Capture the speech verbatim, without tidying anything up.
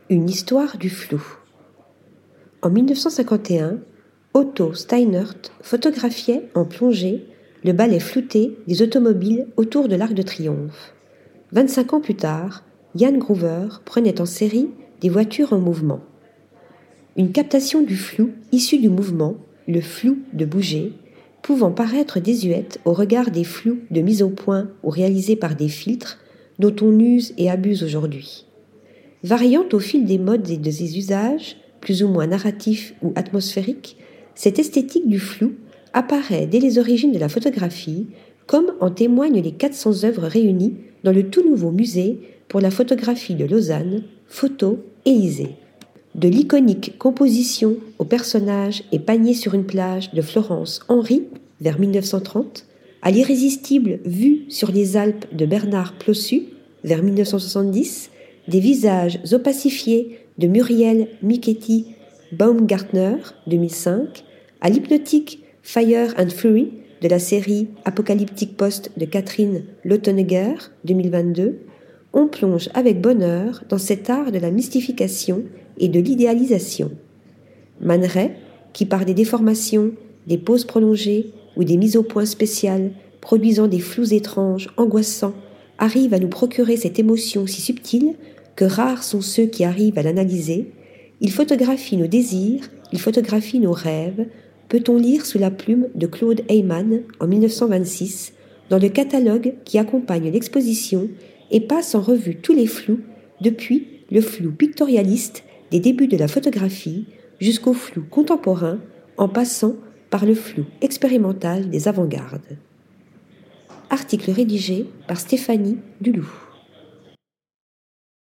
Une histoire du flou. En mille neuf cent cinquante et un, Otto Steinert photographiait en plongée le balai flouté des automobiles autour de l'Arc de Triomphe. vingt-cinq ans plus tard, Jan Groover prenait en série des voitures en mouvement. Une captation du flou issu du mouvement, le flou de bouger, pouvant paraître désuète au regard des flous de mise au point ou réalisés par des filtres dont on use et abuse aujourd'hui. Variant au fil des modes et de ses usages, plus ou moins narratifs ou atmosphériques, cette esthétique du flou apparaît dès les origines de la photographie, comme en témoignent les quatre cents œuvres réunies dans le tout nouveau musée pour la photographie de Lausanne, Photo Élysée. De l'iconique composition aux personnages et paniers sur une plage de Florence Henry, vers mille neuf cent trente, à l'irrésistible Vue sur les Alpes de Bernard Plossu, vers mille neuf cent soixante-dix, des visages opacifiés de Muriel Michetti Baumgartner, deux mille cinq, à l'hypnotique Fire and Fury de la série Apocalyptic Post de Catherine Lothenegger, deux mille vingt-deux, on plonge avec bonheur dans cet art de la mystification et de l'idéalisation. Man Ray, qui par des déformations, des pauses prolongées ou des mises au point spéciales produisant des flous étranges, angoissants, arrive à nous procurer cette émotion si subtile que rares sont ceux qui arrivent à l'analyser. Il photographie nos désirs, il photographie nos rêves, peut-on lire sous la plume de Claude Heyman en mille neuf cent vingt-six, dans le catalogue qui accompagne l'exposition et passe en revue tous les flous, depuis le flou pictorialiste des débuts de la photographie jusqu'au flou contemporain, en passant par le flou expérimental des avant-gardes. Article rédigé par Stéphanie Duloup.